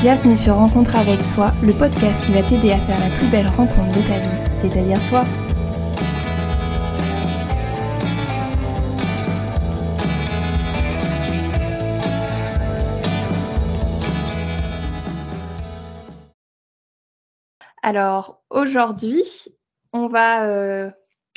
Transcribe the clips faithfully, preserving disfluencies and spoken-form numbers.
Bienvenue sur Rencontre avec soi, le podcast qui va t'aider à faire la plus belle rencontre de ta vie, c'est-à-dire toi. Alors aujourd'hui, on va, euh,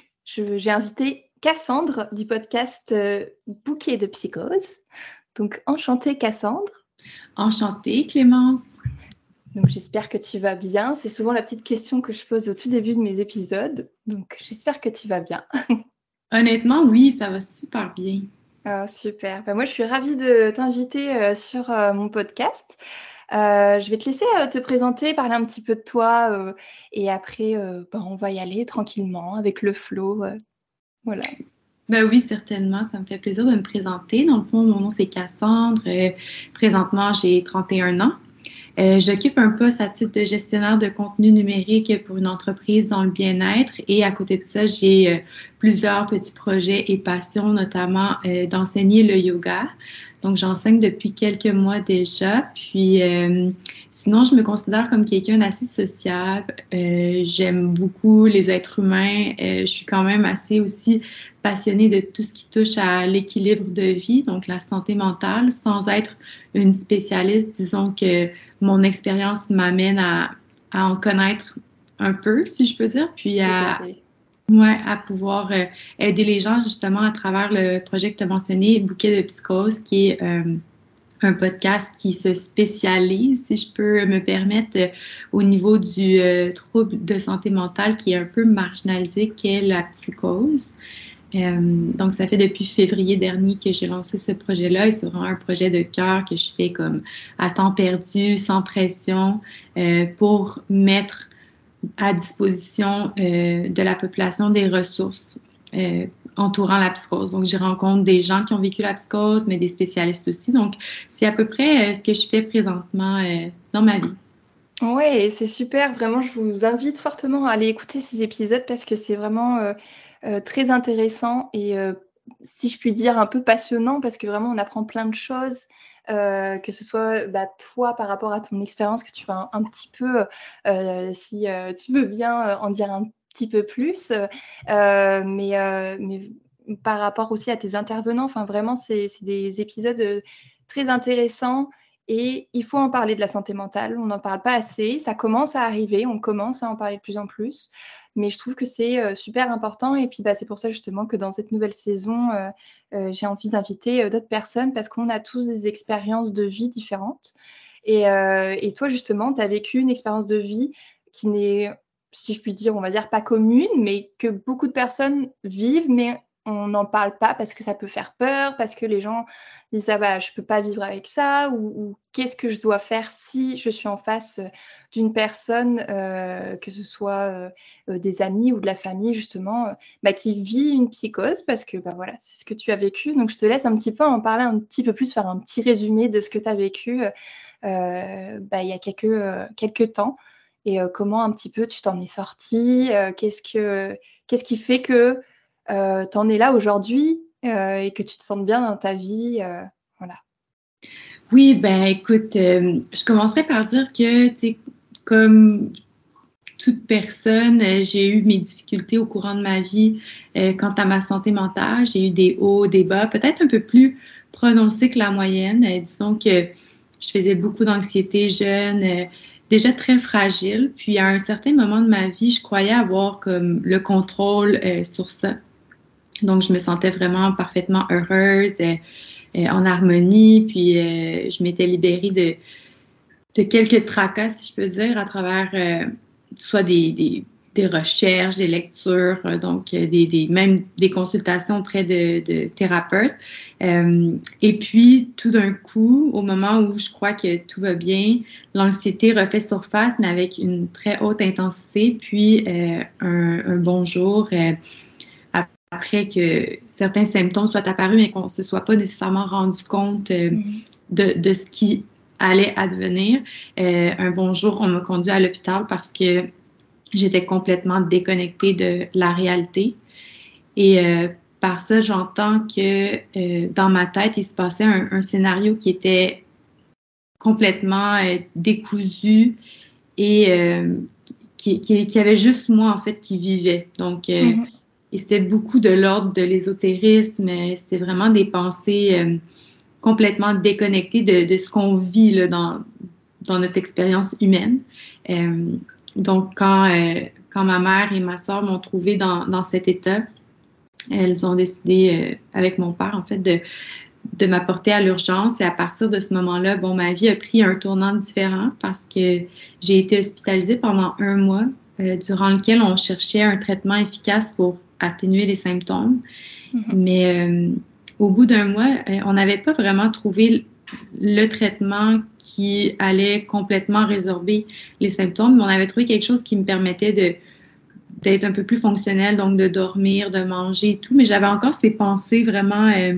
je, j'ai invité Cassandre du podcast euh, Bouquet de Psychose. Donc enchantée Cassandre. Enchantée Clémence. Donc j'espère que tu vas bien. C'est souvent la petite question que je pose au tout début de mes épisodes. Donc j'espère que tu vas bien. Honnêtement, oui, ça va super bien. Oh, super. Ben, moi, je suis ravie de t'inviter euh, sur euh, mon podcast. Euh, je vais te laisser euh, te présenter, parler un petit peu de toi euh, et après, euh, ben, on va y aller tranquillement avec le flow. Euh, voilà. Ben oui, certainement. Ça me fait plaisir de me présenter. Dans le fond, mon nom, c'est Cassandre. Euh, présentement, j'ai trente et un ans. Euh, j'occupe un poste à titre de gestionnaire de contenu numérique pour une entreprise dans le bien-être et à côté de ça, j'ai euh, plusieurs petits projets et passions, notamment euh, d'enseigner le yoga. Donc, j'enseigne depuis quelques mois déjà. Puis, euh, sinon, je me considère comme quelqu'un d'assez sociable. Euh, j'aime beaucoup les êtres humains. Euh, je suis quand même assez aussi passionnée de tout ce qui touche à l'équilibre de vie, donc la santé mentale, sans être une spécialiste. Disons que mon expérience m'amène à, à en connaître un peu, si je peux dire, puis à... Ouais, à pouvoir euh, aider les gens justement à travers le projet que tu as mentionné, Bouquet de Psychose, qui est euh, un podcast qui se spécialise, si je peux me permettre, euh, au niveau du euh, trouble de santé mentale qui est un peu marginalisé, qu'est la psychose. Euh, donc, ça fait depuis février dernier que j'ai lancé ce projet-là et c'est vraiment un projet de cœur que je fais comme à temps perdu, sans pression, euh, pour mettre à disposition euh, de la population des ressources euh, entourant la psychose. Donc, j'y rencontre des gens qui ont vécu la psychose, mais des spécialistes aussi. Donc, c'est à peu près euh, ce que je fais présentement euh, dans ma vie. Ouais, c'est super. Vraiment, je vous invite fortement à aller écouter ces épisodes parce que c'est vraiment euh, euh, très intéressant et, euh, si je puis dire, un peu passionnant parce que vraiment, on apprend plein de choses. Euh, que ce soit bah, toi par rapport à ton expérience, que tu vas un, un petit peu, euh, si euh, tu veux bien euh, en dire un petit peu plus, euh, mais, euh, mais par rapport aussi à tes intervenants, enfin vraiment, c'est, c'est des épisodes euh, très intéressants et il faut en parler de la santé mentale. On n'en parle pas assez, ça commence à arriver, on commence à en parler de plus en plus. Mais je trouve que c'est euh, super important. Et puis, bah, c'est pour ça justement que dans cette nouvelle saison, euh, euh, j'ai envie d'inviter euh, d'autres personnes parce qu'on a tous des expériences de vie différentes. Et, euh, et toi, justement, tu as vécu une expérience de vie qui n'est, si je puis dire, on va dire pas commune, mais que beaucoup de personnes vivent, mais on n'en parle pas parce que ça peut faire peur, parce que les gens disent ah bah je peux pas vivre avec ça, ou, ou qu'est-ce que je dois faire si je suis en face d'une personne, euh, que ce soit euh, des amis ou de la famille justement, euh, bah, qui vit une psychose, parce que bah voilà, c'est ce que tu as vécu. Donc je te laisse un petit peu en parler un petit peu plus, faire un petit résumé de ce que tu as vécu euh, bah, il y a quelques, euh, quelques temps et euh, comment un petit peu tu t'en es sortie, euh, qu'est-ce que qu'est-ce qui fait que euh, tu en es là aujourd'hui euh, et que tu te sentes bien dans ta vie, euh, voilà. Oui, ben écoute, euh, je commencerai par dire que, tu sais, comme toute personne, euh, j'ai eu mes difficultés au courant de ma vie euh, quant à ma santé mentale. J'ai eu des hauts, des bas, peut-être un peu plus prononcés que la moyenne. Euh, disons que je faisais beaucoup d'anxiété jeune, euh, déjà très fragile. Puis à un certain moment de ma vie, je croyais avoir comme le contrôle euh, sur ça. Donc, je me sentais vraiment parfaitement heureuse, euh, euh, en harmonie. Puis, euh, je m'étais libérée de, de quelques tracas, si je peux dire, à travers euh, soit des, des, des recherches, des lectures, euh, donc euh, des, des, même des consultations auprès de, de thérapeutes. Euh, et puis, tout d'un coup, au moment où je crois que tout va bien, l'anxiété refait surface, mais avec une très haute intensité. Puis, euh, un, un bon jour, euh, après que certains symptômes soient apparus, mais qu'on ne se soit pas nécessairement rendu compte euh, mm-hmm. de, de ce qui allait advenir. Euh, un bon jour, on m'a conduit à l'hôpital parce que j'étais complètement déconnectée de la réalité. Et euh, par ça, j'entends que euh, dans ma tête, il se passait un, un scénario qui était complètement euh, décousu et euh, qui, qui, qui avait juste moi, en fait, qui vivait. Donc, euh, mm-hmm. et c'était beaucoup de l'ordre de l'ésotérisme, c'était vraiment des pensées euh, complètement déconnectées de, de ce qu'on vit là, dans, dans notre expérience humaine. Euh, donc, quand, euh, quand ma mère et ma sœur m'ont trouvée dans, dans cet état, elles ont décidé, euh, avec mon père, en fait, de, de m'apporter à l'urgence. Et à partir de ce moment-là, bon, ma vie a pris un tournant différent parce que j'ai été hospitalisée pendant un mois, euh, durant lequel on cherchait un traitement efficace pour atténuer les symptômes. Mm-hmm. Mais euh, au bout d'un mois, euh, on n'avait pas vraiment trouvé le traitement qui allait complètement résorber les symptômes, mais on avait trouvé quelque chose qui me permettait de d'être un peu plus fonctionnelle, donc de dormir, de manger et tout, mais j'avais encore ces pensées vraiment euh,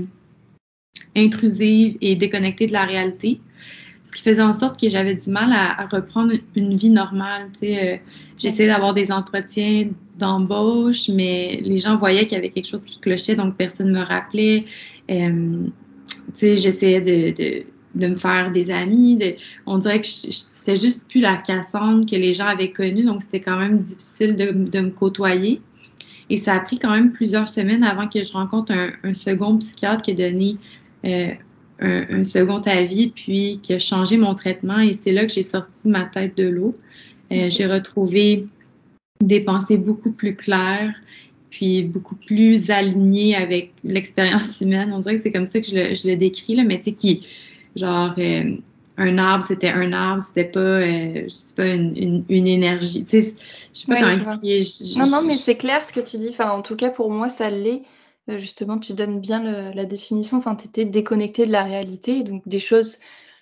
intrusives et déconnectées de la réalité, ce qui faisait en sorte que j'avais du mal à, à reprendre une vie normale, tu sais, euh, j'essayais d'avoir des entretiens d'embauche, mais les gens voyaient qu'il y avait quelque chose qui clochait, donc personne ne me rappelait, euh, tu sais, j'essayais de, de de me faire des amis, de, on dirait que c'était juste plus la Cassandre que les gens avaient connue, donc c'était quand même difficile de, de me côtoyer. Et ça a pris quand même plusieurs semaines avant que je rencontre un, un second psychiatre qui a donné euh, un, un second avis, puis qui a changé mon traitement. Et c'est là que j'ai sorti ma tête de l'eau. Euh, j'ai retrouvé des pensées beaucoup plus claires, puis beaucoup plus alignées avec l'expérience humaine. On dirait que c'est comme ça que je le, je le décris, là, mais tu sais, qui genre euh, un arbre c'était un arbre, c'était pas euh, je sais pas une, une, une énergie, tu sais, je sais pas ouais, comment expliquer. Non non mais c'est clair ce que tu dis, enfin en tout cas pour moi ça l'est, euh, justement tu donnes bien le, la définition, enfin t'étais déconnecté de la réalité, donc des choses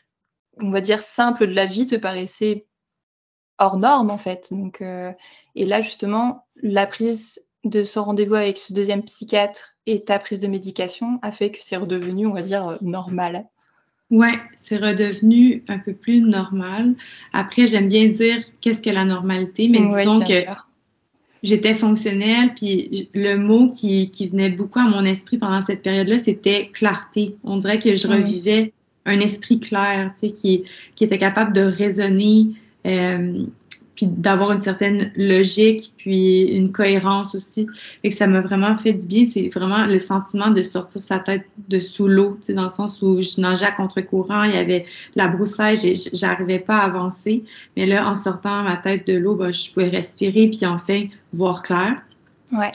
on va dire simples de la vie te paraissaient hors normes en fait, donc euh, et là justement la prise de ce rendez-vous avec ce deuxième psychiatre et ta prise de médication a fait que c'est redevenu on va dire euh, normal. Ouais, c'est redevenu un peu plus normal. Après, j'aime bien dire qu'est-ce que la normalité, mais oui, disons que sûr. J'étais fonctionnelle, puis le mot qui, qui venait beaucoup à mon esprit pendant cette période-là, c'était clarté. On dirait que je revivais mmh. un esprit clair, tu sais, qui, qui était capable de raisonner, euh, puis d'avoir une certaine logique, puis une cohérence aussi. Et que ça m'a vraiment fait du bien. C'est vraiment le sentiment de sortir sa tête de sous l'eau, tu sais, dans le sens où je nageais à contre-courant, il y avait la broussaille, j'arrivais pas à avancer. Mais là, en sortant ma tête de l'eau, ben, je pouvais respirer, puis enfin voir clair. Ouais.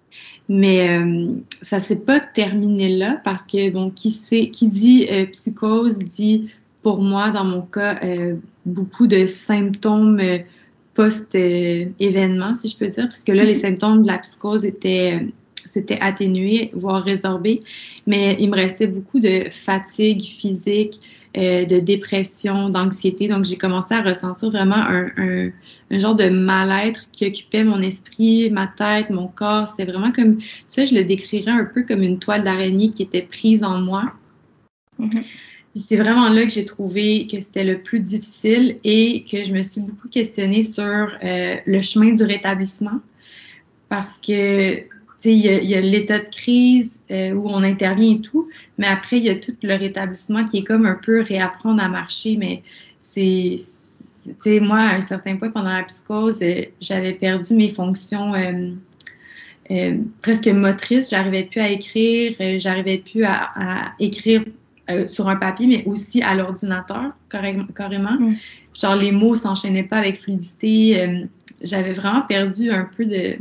Mais euh, ça s'est pas terminé là, parce que, bon, qui sait, qui dit euh, psychose dit, pour moi, dans mon cas, euh, beaucoup de symptômes euh, post-événement, si je peux dire, parce que là, mm-hmm. les symptômes de la psychose étaient, c'était atténué, voire résorbé, mais il me restait beaucoup de fatigue physique, euh, de dépression, d'anxiété, donc j'ai commencé à ressentir vraiment un, un, un genre de mal-être qui occupait mon esprit, ma tête, mon corps, c'était vraiment comme, ça je le décrirais un peu comme une toile d'araignée qui était prise en moi. Mm-hmm. C'est vraiment là que j'ai trouvé que c'était le plus difficile et que je me suis beaucoup questionnée sur euh, le chemin du rétablissement, parce que, tu sais, il y a, il y a l'état de crise euh, où on intervient et tout, mais après, il y a tout le rétablissement qui est comme un peu réapprendre à marcher, mais c'est, tu sais, moi, à un certain point pendant la psychose, euh, j'avais perdu mes fonctions euh, euh, presque motrices, j'arrivais plus à écrire, euh, j'arrivais plus à, à écrire Euh, sur un papier, mais aussi à l'ordinateur, carrément. Mm. Genre, les mots s'enchaînaient pas avec fluidité. Euh, j'avais vraiment perdu un peu de,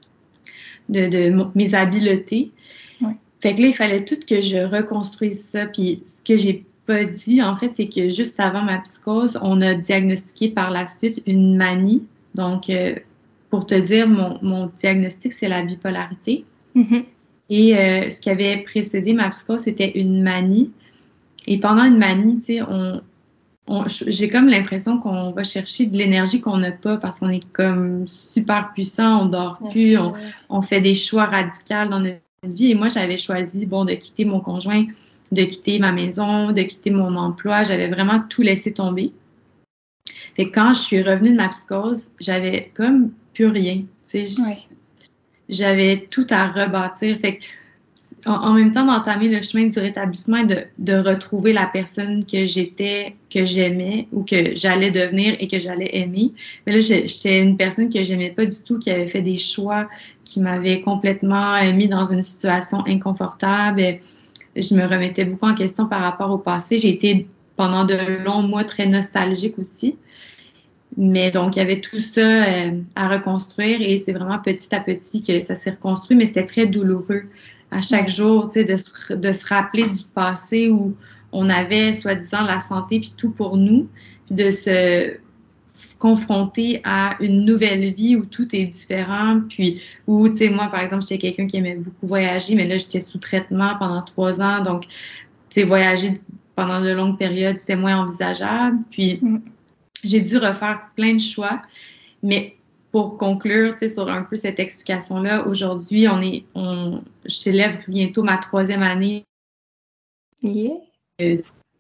de, de mon, mes habiletés. Mm. Fait que là, il fallait tout que je reconstruise ça. Puis, ce que j'ai pas dit, en fait, c'est que juste avant ma psychose, on a diagnostiqué par la suite une manie. Donc, euh, pour te dire, mon, mon diagnostic, c'est la bipolarité. Mm-hmm. Et euh, ce qui avait précédé ma psychose, c'était une manie. Et pendant une manie, tu sais, on, on, j'ai comme l'impression qu'on va chercher de l'énergie qu'on n'a pas parce qu'on est comme super puissant, on dort plus, on, on fait des choix radicaux dans notre vie. Et moi, j'avais choisi, bon, de quitter mon conjoint, de quitter ma maison, de quitter mon emploi. J'avais vraiment tout laissé tomber. Fait que quand je suis revenue de ma psychose, j'avais comme plus rien. Tu sais, ouais. J'avais tout à rebâtir. Fait que en, en même temps d'entamer le chemin du rétablissement et de, de retrouver la personne que j'étais, que j'aimais ou que j'allais devenir et que j'allais aimer. Mais là, j'étais une personne que j'aimais pas du tout, qui avait fait des choix qui m'avaient complètement mis dans une situation inconfortable. Je me remettais beaucoup en question par rapport au passé. J'ai été pendant de longs mois très nostalgique aussi. Mais donc, il y avait tout ça euh, à reconstruire et c'est vraiment petit à petit que ça s'est reconstruit, mais c'était très douloureux à chaque Ouais. jour, tu sais, de se, de se rappeler du passé où on avait, soi-disant, la santé puis tout pour nous, puis de se confronter à une nouvelle vie où tout est différent, puis où, tu sais, moi, par exemple, j'étais quelqu'un qui aimait beaucoup voyager, mais là, j'étais sous traitement pendant trois ans, donc, tu sais, voyager pendant de longues périodes, c'était moins envisageable, puis... Mm. J'ai dû refaire plein de choix, mais pour conclure, tu sais, sur un peu cette explication-là, aujourd'hui, on est, on, je célèbre bientôt ma troisième année. Yeah. Euh,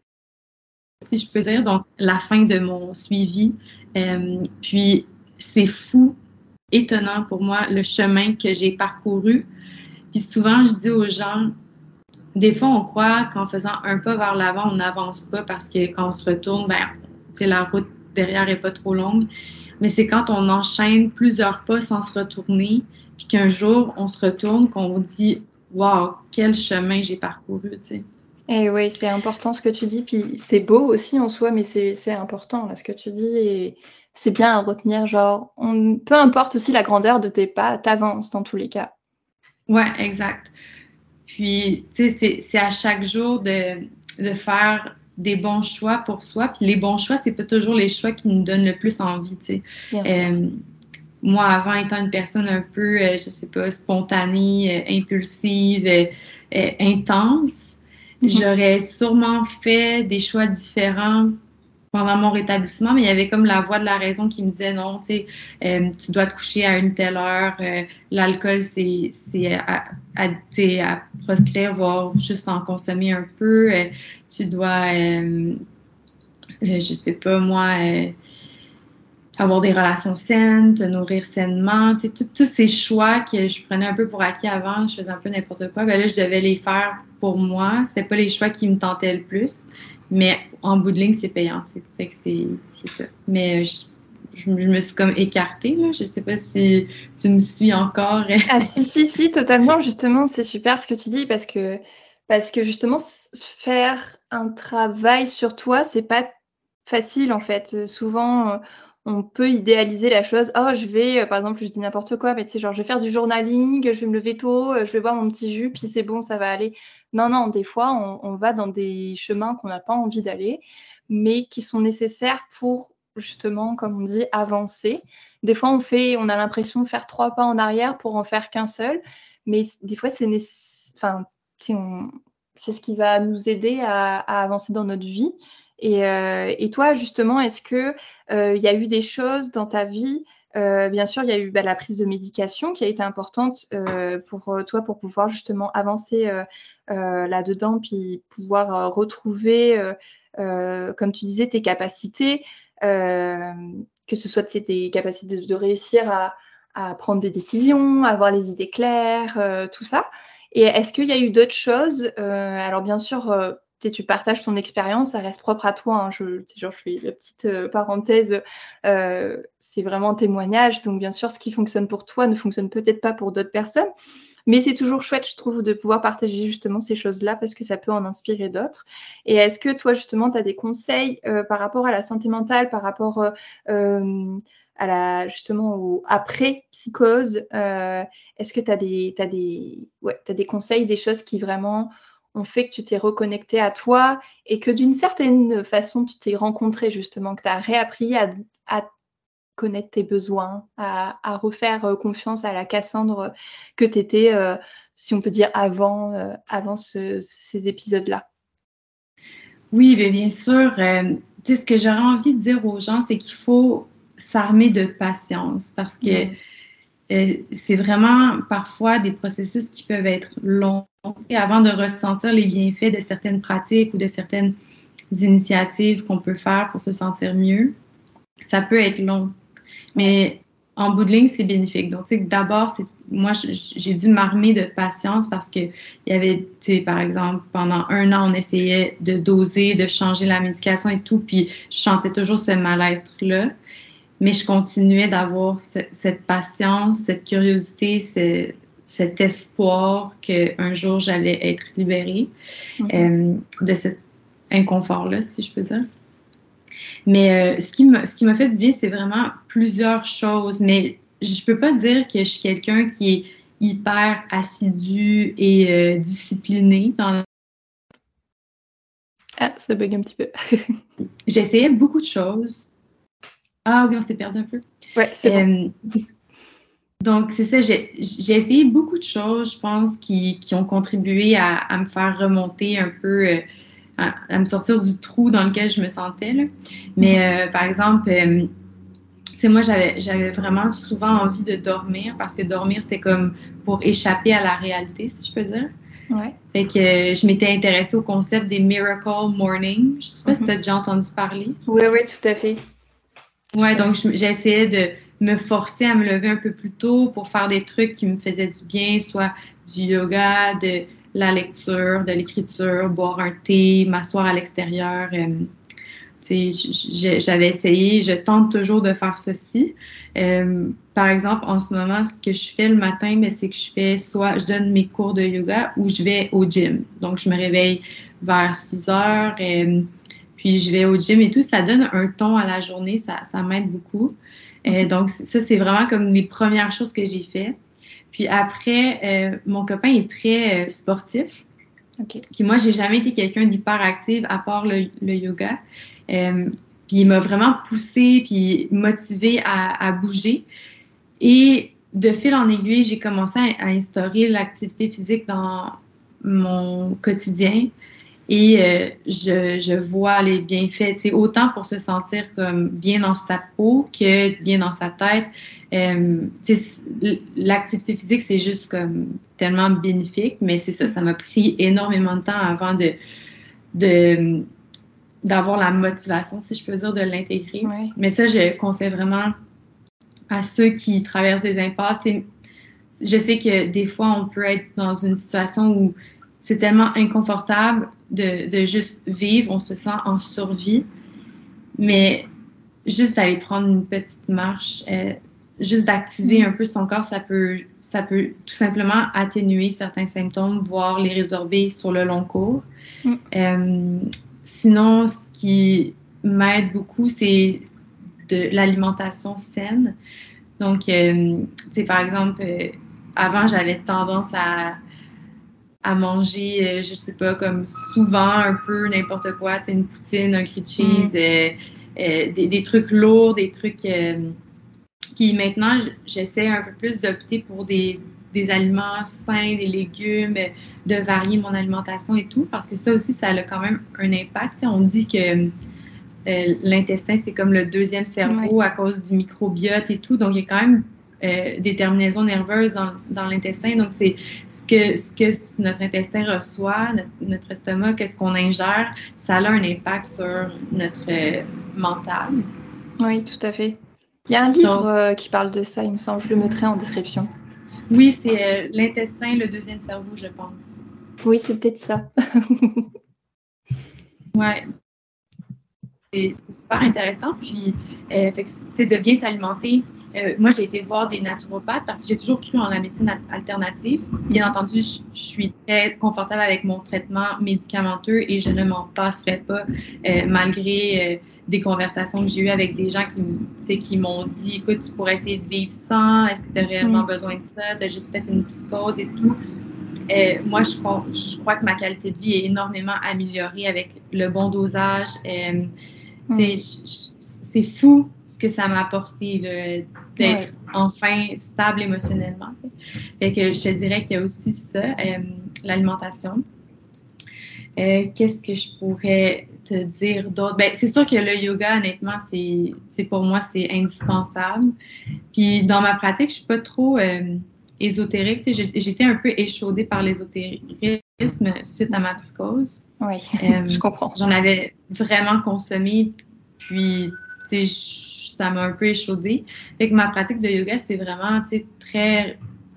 si je peux dire, donc la fin de mon suivi. Euh, puis c'est fou, étonnant pour moi, le chemin que j'ai parcouru. Puis souvent, je dis aux gens, des fois, on croit qu'en faisant un pas vers l'avant, on n'avance pas parce que quand on se retourne, ben, tu sais, la route derrière est pas trop longue, mais c'est quand on enchaîne plusieurs pas sans se retourner, puis qu'un jour, on se retourne, qu'on dit « Wow, quel chemin j'ai parcouru! » tu sais. Et oui, c'est important ce que tu dis, puis c'est beau aussi en soi, mais c'est, c'est important là, ce que tu dis, et c'est bien à retenir, genre, on, peu importe aussi la grandeur de tes pas, t'avances dans tous les cas. Ouais, exact. Puis, tu sais, c'est, c'est à chaque jour de, de faire des bons choix pour soi. Puis les bons choix, c'est pas toujours les choix qui nous donnent le plus envie, tu sais. Bien sûr. Euh, moi, avant étant une personne un peu, euh, je sais pas, spontanée, euh, impulsive, euh, euh, intense, mm-hmm. j'aurais sûrement fait des choix différents pendant mon rétablissement, mais il y avait comme la voix de la raison qui me disait non, tu sais, euh, tu dois te coucher à une telle heure, euh, l'alcool c'est c'est à, à, à proscrire, voire juste en consommer un peu, euh, tu dois, euh, euh, je sais pas moi, euh, avoir des relations saines, te nourrir sainement, tu sais, tous ces choix que je prenais un peu pour acquis avant, je faisais un peu n'importe quoi, ben là je devais les faire pour moi, c'était pas les choix qui me tentaient le plus. Mais en bout de ligne, c'est payant. C'est fait que c'est, c'est ça. Mais je, je, je me suis comme écartée, là. Je sais pas si tu me suis encore. Ah si, si, si, totalement. Justement, c'est super ce que tu dis parce que, parce que justement, faire un travail sur toi, c'est pas facile en fait. Souvent, on peut idéaliser la chose. Oh, je vais, par exemple, je dis n'importe quoi, mais tu sais, genre, je vais faire du journaling, je vais me lever tôt, je vais boire mon petit jus, puis c'est bon, ça va aller. Non, non, des fois, on, on va dans des chemins qu'on n'a pas envie d'aller, mais qui sont nécessaires pour, justement, comme on dit, avancer. Des fois, on fait, on a l'impression de faire trois pas en arrière pour en faire qu'un seul, mais des fois, c'est nécessaire. Enfin, on... c'est ce qui va nous aider à, à avancer dans notre vie. Et, euh, et toi, justement, est-ce que euh, y a eu des choses dans ta vie? Euh, bien sûr, il y a eu bah, la prise de médication qui a été importante euh, pour toi pour pouvoir justement avancer euh, euh, là-dedans, puis pouvoir euh, retrouver, euh, euh, comme tu disais, tes capacités, euh, que ce soit tes capacités de, de réussir à, à prendre des décisions, à avoir les idées claires, euh, tout ça. Et est-ce qu'il y a eu d'autres choses? euh, Alors bien sûr, euh, tu partages ton expérience, ça reste propre à toi. Hein. Je, genre, je fais la petite euh, parenthèse, euh, c'est vraiment un témoignage. Donc bien sûr, ce qui fonctionne pour toi ne fonctionne peut-être pas pour d'autres personnes. Mais c'est toujours chouette, je trouve, de pouvoir partager justement ces choses-là parce que ça peut en inspirer d'autres. Et est-ce que toi, justement, tu as des conseils euh, par rapport à la santé mentale, par rapport euh, euh, à la, justement au après-psychose euh, Est-ce que tu as des, t'as des, ouais, t'as des conseils, des choses qui vraiment ont fait que tu t'es reconnecté à toi et que d'une certaine façon, tu t'es rencontré justement, que tu as réappris à, à connaître tes besoins, à, à refaire euh, confiance à la Cassandre que tu étais, euh, si on peut dire, avant, euh, avant ce, ces épisodes-là. Oui, bien, bien sûr. Euh, tu sais, ce que j'aurais envie de dire aux gens, c'est qu'il faut s'armer de patience parce que mmh. euh, c'est vraiment parfois des processus qui peuvent être longs. Et avant de ressentir les bienfaits de certaines pratiques ou de certaines initiatives qu'on peut faire pour se sentir mieux, ça peut être long. Mais en bout de ligne, c'est bénéfique. Donc, tu sais, d'abord, c'est moi, j'ai dû m'armer de patience parce que il y avait, tu sais, par exemple, pendant un an, on essayait de doser, de changer la médication et tout, puis je sentais toujours ce mal-être-là. Mais je continuais d'avoir ce, cette patience, cette curiosité, ce, cet espoir qu'un jour, j'allais être libérée mm-hmm. euh, de cet inconfort-là, si je peux dire. Mais euh, ce qui m'a, ce qui m'a fait du bien, c'est vraiment plusieurs choses. Mais je peux pas dire que je suis quelqu'un qui est hyper assidu et euh, discipliné dans la... Ah, ça bug un petit peu. J'essayais beaucoup de choses. Ah oui, on s'est perdu un peu. Ouais, c'est euh, bon. Donc, c'est ça, j'ai, j'ai essayé beaucoup de choses, je pense, qui, qui ont contribué à, à me faire remonter un peu, euh, à, à me sortir du trou dans lequel je me sentais, là. Mais, mm-hmm. euh, par exemple... Euh, Tu sais, moi, j'avais, j'avais vraiment souvent envie de dormir parce que dormir, c'était comme pour échapper à la réalité, si je peux dire. Ouais. Fait que euh, je m'étais intéressée au concept des Miracle Morning. Je sais pas mm-hmm. si tu as déjà entendu parler. Oui, oui, tout à fait. Ouais, donc je, j'essayais de me forcer à me lever un peu plus tôt pour faire des trucs qui me faisaient du bien, soit du yoga, de la lecture, de l'écriture, boire un thé, m'asseoir à l'extérieur. Euh, J'avais essayé, je tente toujours de faire ceci. Euh, par exemple, en ce moment, ce que je fais le matin, ben, c'est que je fais soit je donne mes cours de yoga ou je vais au gym. Donc, je me réveille vers six heures, et, puis je vais au gym et tout. Ça donne un ton à la journée, ça, ça m'aide beaucoup. Euh, donc, ça, c'est vraiment comme les premières choses que j'ai fait. Puis après, euh, mon copain est très euh, sportif. Okay. Puis moi, j'ai jamais été quelqu'un d'hyper active à part le, le yoga. Euh, puis il m'a vraiment poussée puis motivée à, à bouger. Et de fil en aiguille, j'ai commencé à, à instaurer l'activité physique dans mon quotidien. Et euh, je, je vois les bienfaits, tu sais, autant pour se sentir comme bien dans sa peau que bien dans sa tête. Euh, tu sais, l'activité physique, c'est juste comme tellement bénéfique, mais c'est ça, ça m'a pris énormément de temps avant de, de d'avoir la motivation, si je peux dire, de l'intégrer. Ouais. Mais ça, je conseille vraiment à ceux qui traversent des impasses. Et je sais que des fois, on peut être dans une situation où c'est tellement inconfortable de, de juste vivre, on se sent en survie, mais juste d'aller prendre une petite marche, euh, juste d'activer mmh. un peu son corps, ça peut, ça peut tout simplement atténuer certains symptômes, voire les résorber sur le long cours. Mmh. Euh, sinon, ce qui m'aide beaucoup, c'est de l'alimentation saine. Donc, euh, tu sais, par exemple, euh, avant, j'avais tendance à à manger, euh, je sais pas, comme souvent, un peu n'importe quoi, tu sais, une poutine, un grilled cheese, mm. euh, euh, des, des trucs lourds, des trucs euh, qui, maintenant, j'essaie un peu plus d'opter pour des, des aliments sains, des légumes, de varier mon alimentation et tout, parce que ça aussi, ça a quand même un impact. Tu sais, on dit que euh, l'intestin, c'est comme le deuxième cerveau oui. à cause du microbiote et tout, donc il y a quand même Euh, des terminaisons nerveuses dans, dans l'intestin. Donc, c'est ce que, ce que notre intestin reçoit, notre, notre estomac, qu'est-ce qu'on ingère, ça a un impact sur notre euh, mental. Oui, tout à fait. Il y a un livre Donc, euh, qui parle de ça, il me semble, je le mettrai en description. Oui, c'est euh, l'intestin, le deuxième cerveau, je pense. Oui, c'est peut-être ça. Ouais. C'est, c'est super intéressant. Puis, euh, fait que, tu sais, de bien s'alimenter. Euh, moi, j'ai été voir des naturopathes parce que j'ai toujours cru en la médecine alternative. Bien entendu, je, je suis très confortable avec mon traitement médicamenteux et je ne m'en passerai pas euh, malgré euh, des conversations que j'ai eues avec des gens qui, tu sais, qui m'ont dit, écoute, tu pourrais essayer de vivre sans. Est-ce que tu as réellement mmh. besoin de ça? Tu as juste fait une psychose et tout. Euh, moi, je crois, je crois que ma qualité de vie est énormément améliorée avec le bon dosage. Euh, Mm. C'est fou ce que ça m'a apporté là, d'être ouais. enfin stable émotionnellement. T'sais. Fait que je te dirais qu'il y a aussi ça, euh, l'alimentation. Euh, qu'est-ce que je pourrais te dire d'autre? Ben, c'est sûr que le yoga, honnêtement, c'est, c'est pour moi, c'est indispensable. Puis dans ma pratique, je suis pas trop euh, ésotérique. J'ai, j'étais un peu échaudée par l'ésotérisme suite à ma psychose. Oui, euh, je comprends. J'en avais vraiment consommé, puis ça m'a un peu échaudée. Fait que ma pratique de yoga, c'est vraiment très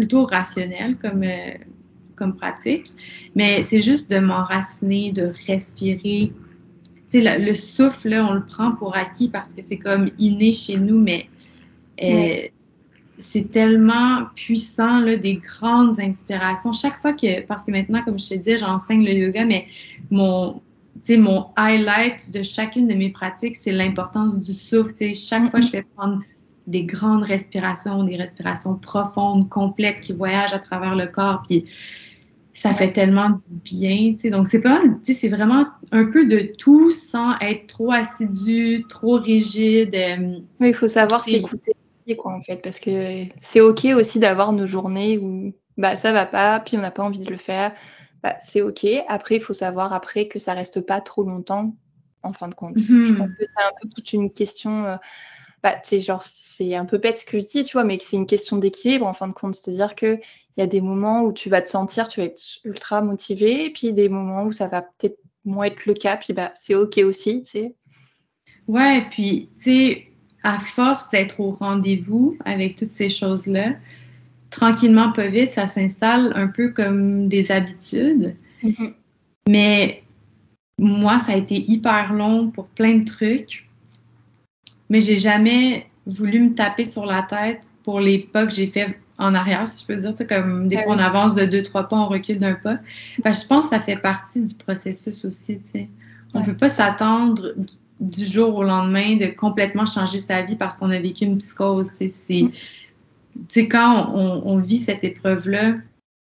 plutôt rationnel comme, euh, comme pratique, mais c'est juste de m'enraciner, de respirer. Tu sais, le, le souffle, là, on le prend pour acquis parce que c'est comme inné chez nous, mais euh, ouais. c'est tellement puissant, là, des grandes inspirations. Chaque fois que, parce que maintenant, comme je te dis, j'enseigne le yoga, mais mon, tu sais, mon highlight de chacune de mes pratiques, c'est l'importance du souffle. Tu sais, chaque fois, je fais prendre des grandes respirations, des respirations profondes, complètes, qui voyagent à travers le corps, puis ça fait tellement du bien, tu sais. Donc, c'est pas, tu sais, c'est vraiment un peu de tout sans être trop assidu, trop rigide. Oui, il faut savoir s'écouter, quoi, en fait, parce que c'est OK aussi d'avoir nos journées où bah, ça va pas, puis on n'a pas envie de le faire. Bah, c'est OK. Après, il faut savoir après que ça reste pas trop longtemps, en fin de compte. Mm-hmm. Je pense que c'est un peu toute une question... Euh, bah, c'est genre, c'est un peu bête ce que je dis, tu vois, mais que c'est une question d'équilibre, en fin de compte. C'est-à-dire que il y a des moments où tu vas te sentir, tu vas être ultra motivé, et puis des moments où ça va peut-être moins être le cas, puis bah, c'est OK aussi, tu sais. Ouais, puis, tu sais, à force d'être au rendez-vous avec toutes ces choses-là, tranquillement, pas vite, ça s'installe un peu comme des habitudes. Mm-hmm. Mais moi, ça a été hyper long pour plein de trucs. Mais j'ai jamais voulu me taper sur la tête pour les pas que j'ai fait en arrière, si je peux dire. Tu sais, comme des ah fois, oui. on avance de deux, trois pas, on recule d'un pas. Enfin, je pense que ça fait partie du processus aussi, tu sais. On ouais. peut pas s'attendre du jour au lendemain de complètement changer sa vie parce qu'on a vécu une psychose, tu sais. C'est... Mm. Tu sais, quand on, on vit cette épreuve-là,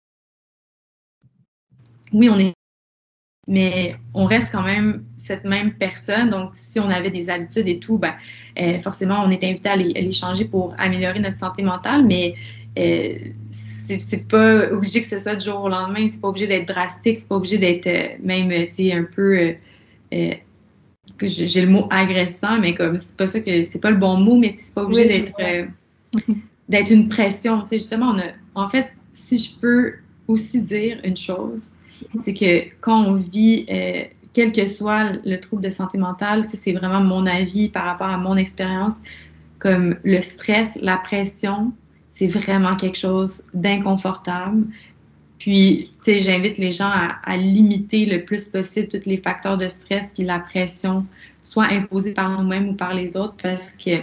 oui, on est... mais on reste quand même cette même personne. Donc, si on avait des habitudes et tout, ben, euh, forcément, on est invité à les, à les changer pour améliorer notre santé mentale, mais euh, c'est, c'est pas obligé que ce soit du jour au lendemain. C'est pas obligé d'être drastique. C'est pas obligé d'être euh, même, tu sais, un peu... Euh, euh, que j'ai, j'ai le mot agressant, mais comme c'est pas ça que... C'est pas le bon mot, mais c'est pas obligé oui, d'être... Euh, d'être une pression. Tu sais, justement, on a... En fait, si je peux aussi dire une chose... c'est que quand on vit, euh, quel que soit le trouble de santé mentale, ça c'est vraiment mon avis par rapport à mon expérience, comme le stress, la pression, c'est vraiment quelque chose d'inconfortable. Puis, tu sais, j'invite les gens à, à limiter le plus possible tous les facteurs de stress puis la pression, soit imposée par nous-mêmes ou par les autres, parce que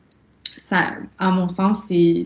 ça, à mon sens, c'est,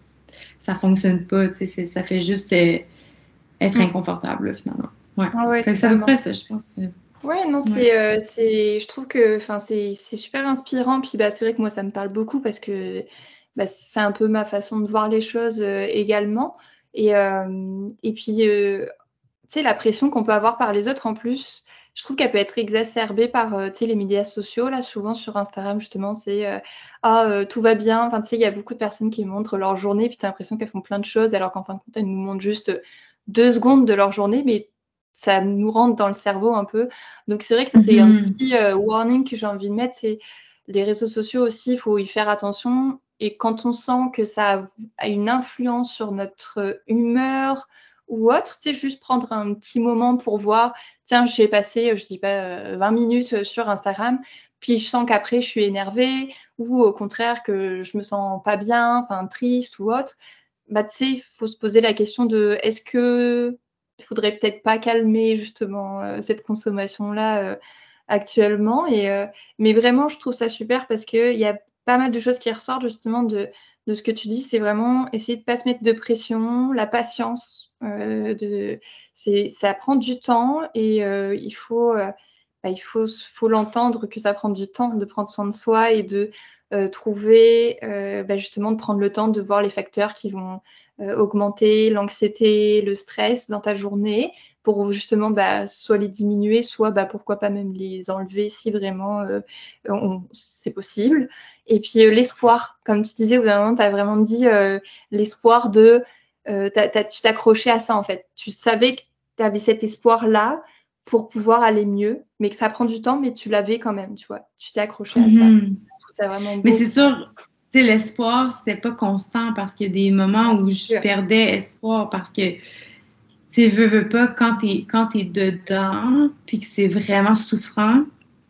ça fonctionne pas, tu sais, ça fait juste... Euh, être inconfortable, finalement. Ouais. Ah ouais, c'est à peu près ça, je pense. Ouais, non, ouais. c'est, euh, c'est, je trouve que, enfin, c'est, c'est super inspirant. Puis, bah, c'est vrai que moi, ça me parle beaucoup parce que, bah, c'est un peu ma façon de voir les choses euh, également. Et, euh, et puis, euh, tu sais, la pression qu'on peut avoir par les autres en plus, je trouve qu'elle peut être exacerbée par, euh, tu sais, les médias sociaux. Là, souvent sur Instagram, justement, c'est euh, ah, euh, tout va bien. Enfin, tu sais, il y a beaucoup de personnes qui montrent leur journée, puis t'as l'impression qu'elles font plein de choses, alors qu'en fin de compte, elles nous montrent juste deux secondes de leur journée, mais ça nous rentre dans le cerveau un peu. Donc, c'est vrai que ça, c'est mm-hmm. un petit euh, warning que j'ai envie de mettre. C'est les réseaux sociaux aussi, il faut y faire attention. Et quand on sent que ça a une influence sur notre humeur ou autre, tu sais, juste prendre un petit moment pour voir, tiens, j'ai passé, je dis pas, vingt minutes sur Instagram, puis je sens qu'après, je suis énervée, ou au contraire, que je me sens pas bien, enfin, triste ou autre. Bah, tu sais, il faut se poser la question de est-ce que il faudrait peut-être pas calmer justement euh, cette consommation-là euh, actuellement. Et, euh, mais vraiment, je trouve ça super parce qu'il y a pas mal de choses qui ressortent justement de, de ce que tu dis. C'est vraiment essayer de pas se mettre de pression, la patience. Euh, de, c'est, ça prend du temps et euh, il faut, euh, bah, il faut, faut l'entendre que ça prend du temps de prendre soin de soi et de Euh, trouver euh, bah justement de prendre le temps de voir les facteurs qui vont euh, augmenter l'anxiété, le stress dans ta journée pour justement bah, soit les diminuer, soit bah, pourquoi pas même les enlever si vraiment euh, on, c'est possible. Et puis euh, l'espoir, comme tu disais, au bout d'un moment, tu as vraiment dit euh, l'espoir de... Euh, t'as, t'as, tu t'accrochais à ça en fait. Tu savais que tu avais cet espoir-là pour pouvoir aller mieux, mais que ça prend du temps, mais tu l'avais quand même, tu vois. Tu t'es accroché à ça. Mm-hmm. C'est vraiment beau. Mais c'est sûr, tu sais, l'espoir, c'était pas constant parce qu'il y a des moments où je perdais espoir parce que, tu sais, veux, veux pas, quand t'es, quand t'es dedans, puis que c'est vraiment souffrant,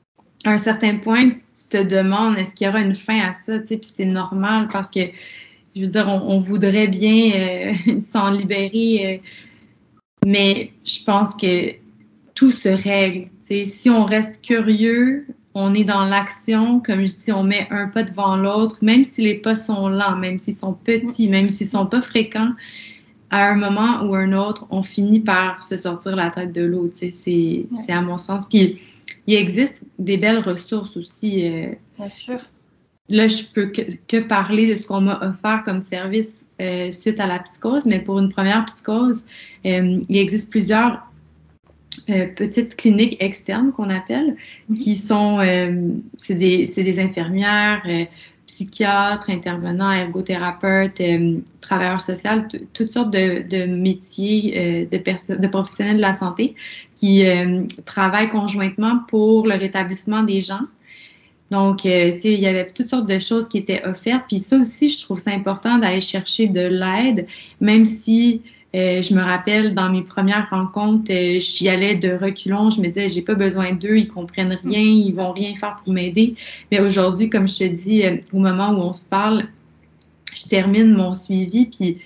à un certain point, tu te demandes est-ce qu'il y aura une fin à ça, tu sais, puis c'est normal parce que je veux dire, on, on voudrait bien euh, s'en libérer, euh, mais je pense que tout se règle. T'sais, si on reste curieux, on est dans l'action, comme je dis, on met un pas devant l'autre, même si les pas sont lents, même s'ils sont petits, même s'ils sont pas fréquents, à un moment ou un autre, on finit par se sortir la tête de l'eau. C'est, ouais. c'est à mon sens. Puis, il existe des belles ressources aussi. Euh, Bien sûr. Là, je peux que, que parler de ce qu'on m'a offert comme service euh, suite à la psychose, mais pour une première psychose, euh, il existe plusieurs euh, petites cliniques externes qu'on appelle, mm-hmm. qui sont, euh, c'est des, c'est des infirmières, euh, psychiatres, intervenants, ergothérapeutes, euh, travailleurs sociaux, t- toutes sortes de, de métiers, euh, de, perso- de professionnels de la santé qui euh, travaillent conjointement pour le rétablissement des gens. Donc, euh, tu sais, il y avait toutes sortes de choses qui étaient offertes. Puis ça aussi, je trouve ça important d'aller chercher de l'aide, même si euh, je me rappelle dans mes premières rencontres, euh, j'y allais de reculons. Je me disais, j'ai pas besoin d'eux, ils comprennent rien, ils vont rien faire pour m'aider. Mais aujourd'hui, comme je te dis, euh, au moment où on se parle, je termine mon suivi, puis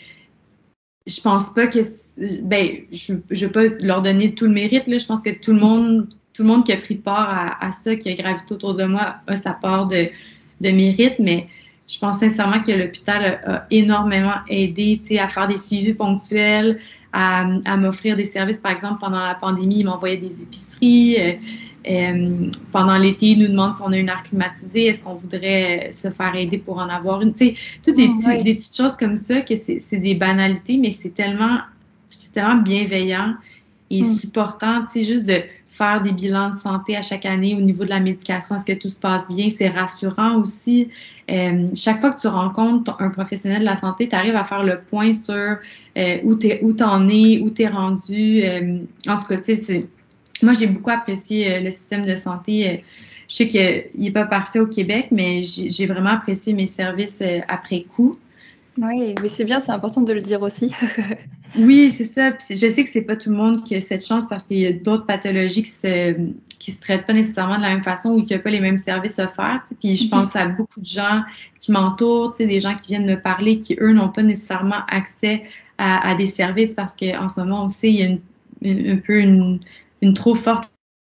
je pense pas que, ben, je, je veux pas leur donner tout le mérite, là. Je pense que tout le monde Tout le monde qui a pris part à, à ça, qui a gravité autour de moi, a sa part de, de mérite, mais je pense sincèrement que l'hôpital a, a énormément aidé, tu sais, à faire des suivis ponctuels, à, à m'offrir des services. Par exemple, pendant la pandémie, ils m'envoyaient des épiceries. Euh, euh, pendant l'été, ils nous demandent si on a une aire climatisée, est-ce qu'on voudrait se faire aider pour en avoir une. Tu sais, toutes des, petits, oui. des petites choses comme ça, que c'est, c'est des banalités, mais c'est tellement, c'est tellement bienveillant et mm. supportant, tu sais, juste de faire des bilans de santé à chaque année au niveau de la médication, est-ce que tout se passe bien? C'est rassurant aussi. Euh, chaque fois que tu rencontres un professionnel de la santé, tu arrives à faire le point sur euh, où t'es, où t'en es, où t'es rendu. Euh, en tout cas, tu sais, c'est... moi, j'ai beaucoup apprécié euh, le système de santé. Euh, je sais qu'il n'est pas parfait au Québec, mais j'ai, j'ai vraiment apprécié mes services euh, après coup. Oui, mais c'est bien, c'est important de le dire aussi. Oui, c'est ça. Puis je sais que c'est pas tout le monde qui a cette chance parce qu'il y a d'autres pathologies qui se qui se traitent pas nécessairement de la même façon ou qui n'ont pas les mêmes services offerts. Tu sais. Puis je mm-hmm. pense à beaucoup de gens qui m'entourent, tu sais, des gens qui viennent me parler, qui eux n'ont pas nécessairement accès à, à des services parce qu'en ce moment, on sait, il y a une, une, un peu une, une trop forte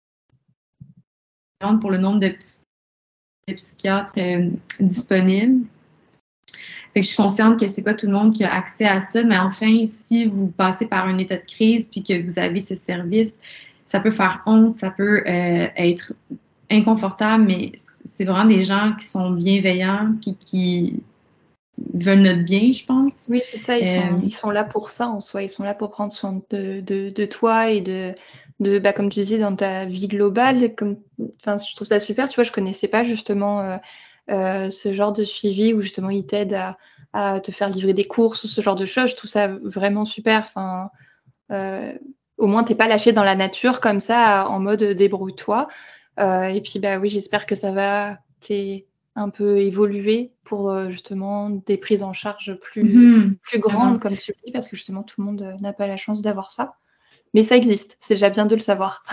pour le nombre de, psy- de psychiatres euh, disponibles. Fait que je suis consciente que c'est pas tout le monde qui a accès à ça, mais enfin, si vous passez par un état de crise puis que vous avez ce service, ça peut faire honte, ça peut euh, être inconfortable, mais c'est vraiment des gens qui sont bienveillants puis qui veulent notre bien, je pense. Oui, c'est ça, ils, euh, sont, ils sont là pour ça en soi, ils sont là pour prendre soin de, de, de toi et de, de bah, comme tu disais, dans ta vie globale. Comme, enfin, je trouve ça super, tu vois, je connaissais pas justement... Euh, Euh, ce genre de suivi où justement ils t'aident à, à te faire livrer des courses ou ce genre de choses. Je trouve ça vraiment super. Enfin, euh, au moins t'es pas lâché dans la nature comme ça en mode débrouille-toi. Euh, et puis bah oui, j'espère que ça va t'es un peu évoluer pour euh, justement des prises en charge plus mmh, plus grandes, comme tu le dis, parce que justement tout le monde n'a pas la chance d'avoir ça. Mais ça existe, c'est déjà bien de le savoir.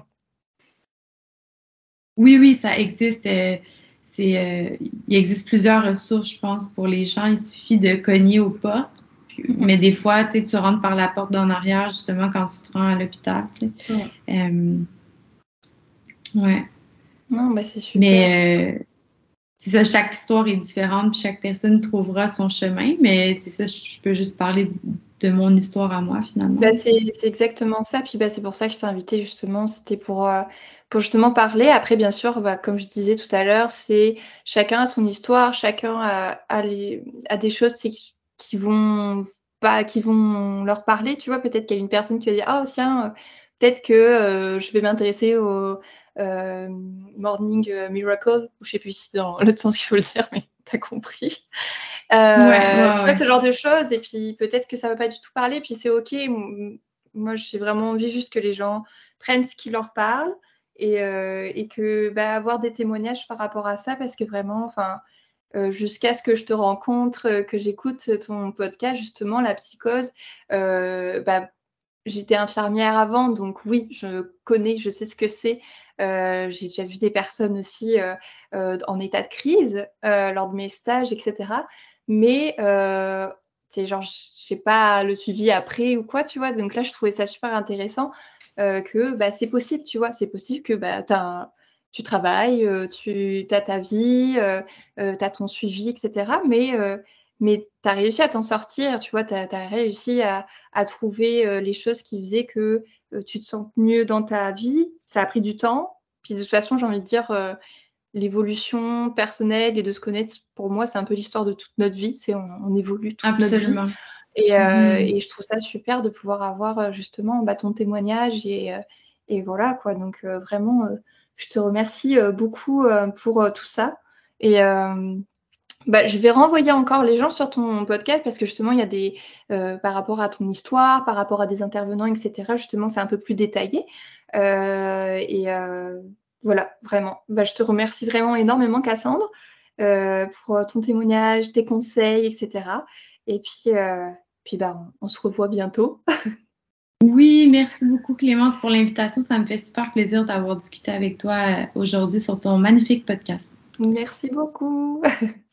Oui, oui, ça existe. Euh... C'est, euh, il existe plusieurs ressources, je pense, pour les gens. Il suffit de cogner aux portes. Puis, mm-hmm. Mais des fois, tu sais, tu rentres par la porte d'en arrière, justement, quand tu te rends à l'hôpital. Tu sais. Ouais. Euh, ouais. Non, bah c'est super. Mais euh, c'est ça, chaque histoire est différente, puis chaque personne trouvera son chemin. Mais c'est ça, je peux juste parler de mon histoire à moi, finalement. Bah, c'est, c'est exactement ça. Puis bah, c'est pour ça que je t'ai invitée, justement. C'était pour... Euh, pour justement parler. Après, bien sûr, bah, comme je disais tout à l'heure, c'est chacun a son histoire, chacun a, a, les, a des choses qui, qui vont pas, qui vont leur parler. Tu vois, peut-être qu'il y a une personne qui va dire, ah oh, tiens, peut-être que euh, je vais m'intéresser au euh, Morning Miracle, ou je sais plus si c'est dans l'autre sens qu'il faut le dire, mais t'as compris. Euh, ouais, ouais, tu vois, ouais. Ce genre de choses. Et puis peut-être que ça va pas du tout parler. Puis c'est ok. Moi, j'ai vraiment envie juste que les gens prennent ce qui leur parle. Et, euh, et que bah, avoir des témoignages par rapport à ça, parce que vraiment, enfin, euh, jusqu'à ce que je te rencontre, euh, que j'écoute ton podcast, justement, la psychose, euh, bah, j'étais infirmière avant, donc oui, je connais, je sais ce que c'est Euh, j'ai déjà vu des personnes aussi euh, euh, en état de crise euh, lors de mes stages, et cetera. Mais euh, c'est genre, je sais pas le suivi après ou quoi, tu vois. Donc là, je trouvais ça super intéressant euh, que bah, c'est possible, tu vois. C'est possible que bah, t'as un, tu travailles, euh, tu as ta vie, euh, euh, tu as ton suivi, et cetera. Mais, euh, mais tu as réussi à t'en sortir, tu vois, tu as réussi à, à trouver euh, les choses qui faisaient que euh, tu te sens mieux dans ta vie. Ça a pris du temps. Puis de toute façon, j'ai envie de dire, euh, l'évolution personnelle et de se connaître, pour moi, c'est un peu l'histoire de toute notre vie. C'est on, on évolue toute Absolument. notre vie. Et, euh, Mm-hmm. et je trouve ça super de pouvoir avoir justement bah, ton témoignage et, euh, et voilà quoi. Donc euh, vraiment, euh, je te remercie euh, beaucoup euh, pour euh, tout ça. Et euh, bah, je vais renvoyer encore les gens sur ton podcast parce que justement, il y a des euh, par rapport à ton histoire, par rapport à des intervenants, et cetera. Justement, c'est un peu plus détaillé. Euh, et euh, voilà, vraiment. Bah, je te remercie vraiment énormément, Cassandre, euh, pour ton témoignage, tes conseils, et cetera. Et puis, euh, puis bah, on, on se revoit bientôt. Oui, merci beaucoup Clémence pour l'invitation. Ça me fait super plaisir d'avoir discuté avec toi aujourd'hui sur ton magnifique podcast. Merci beaucoup.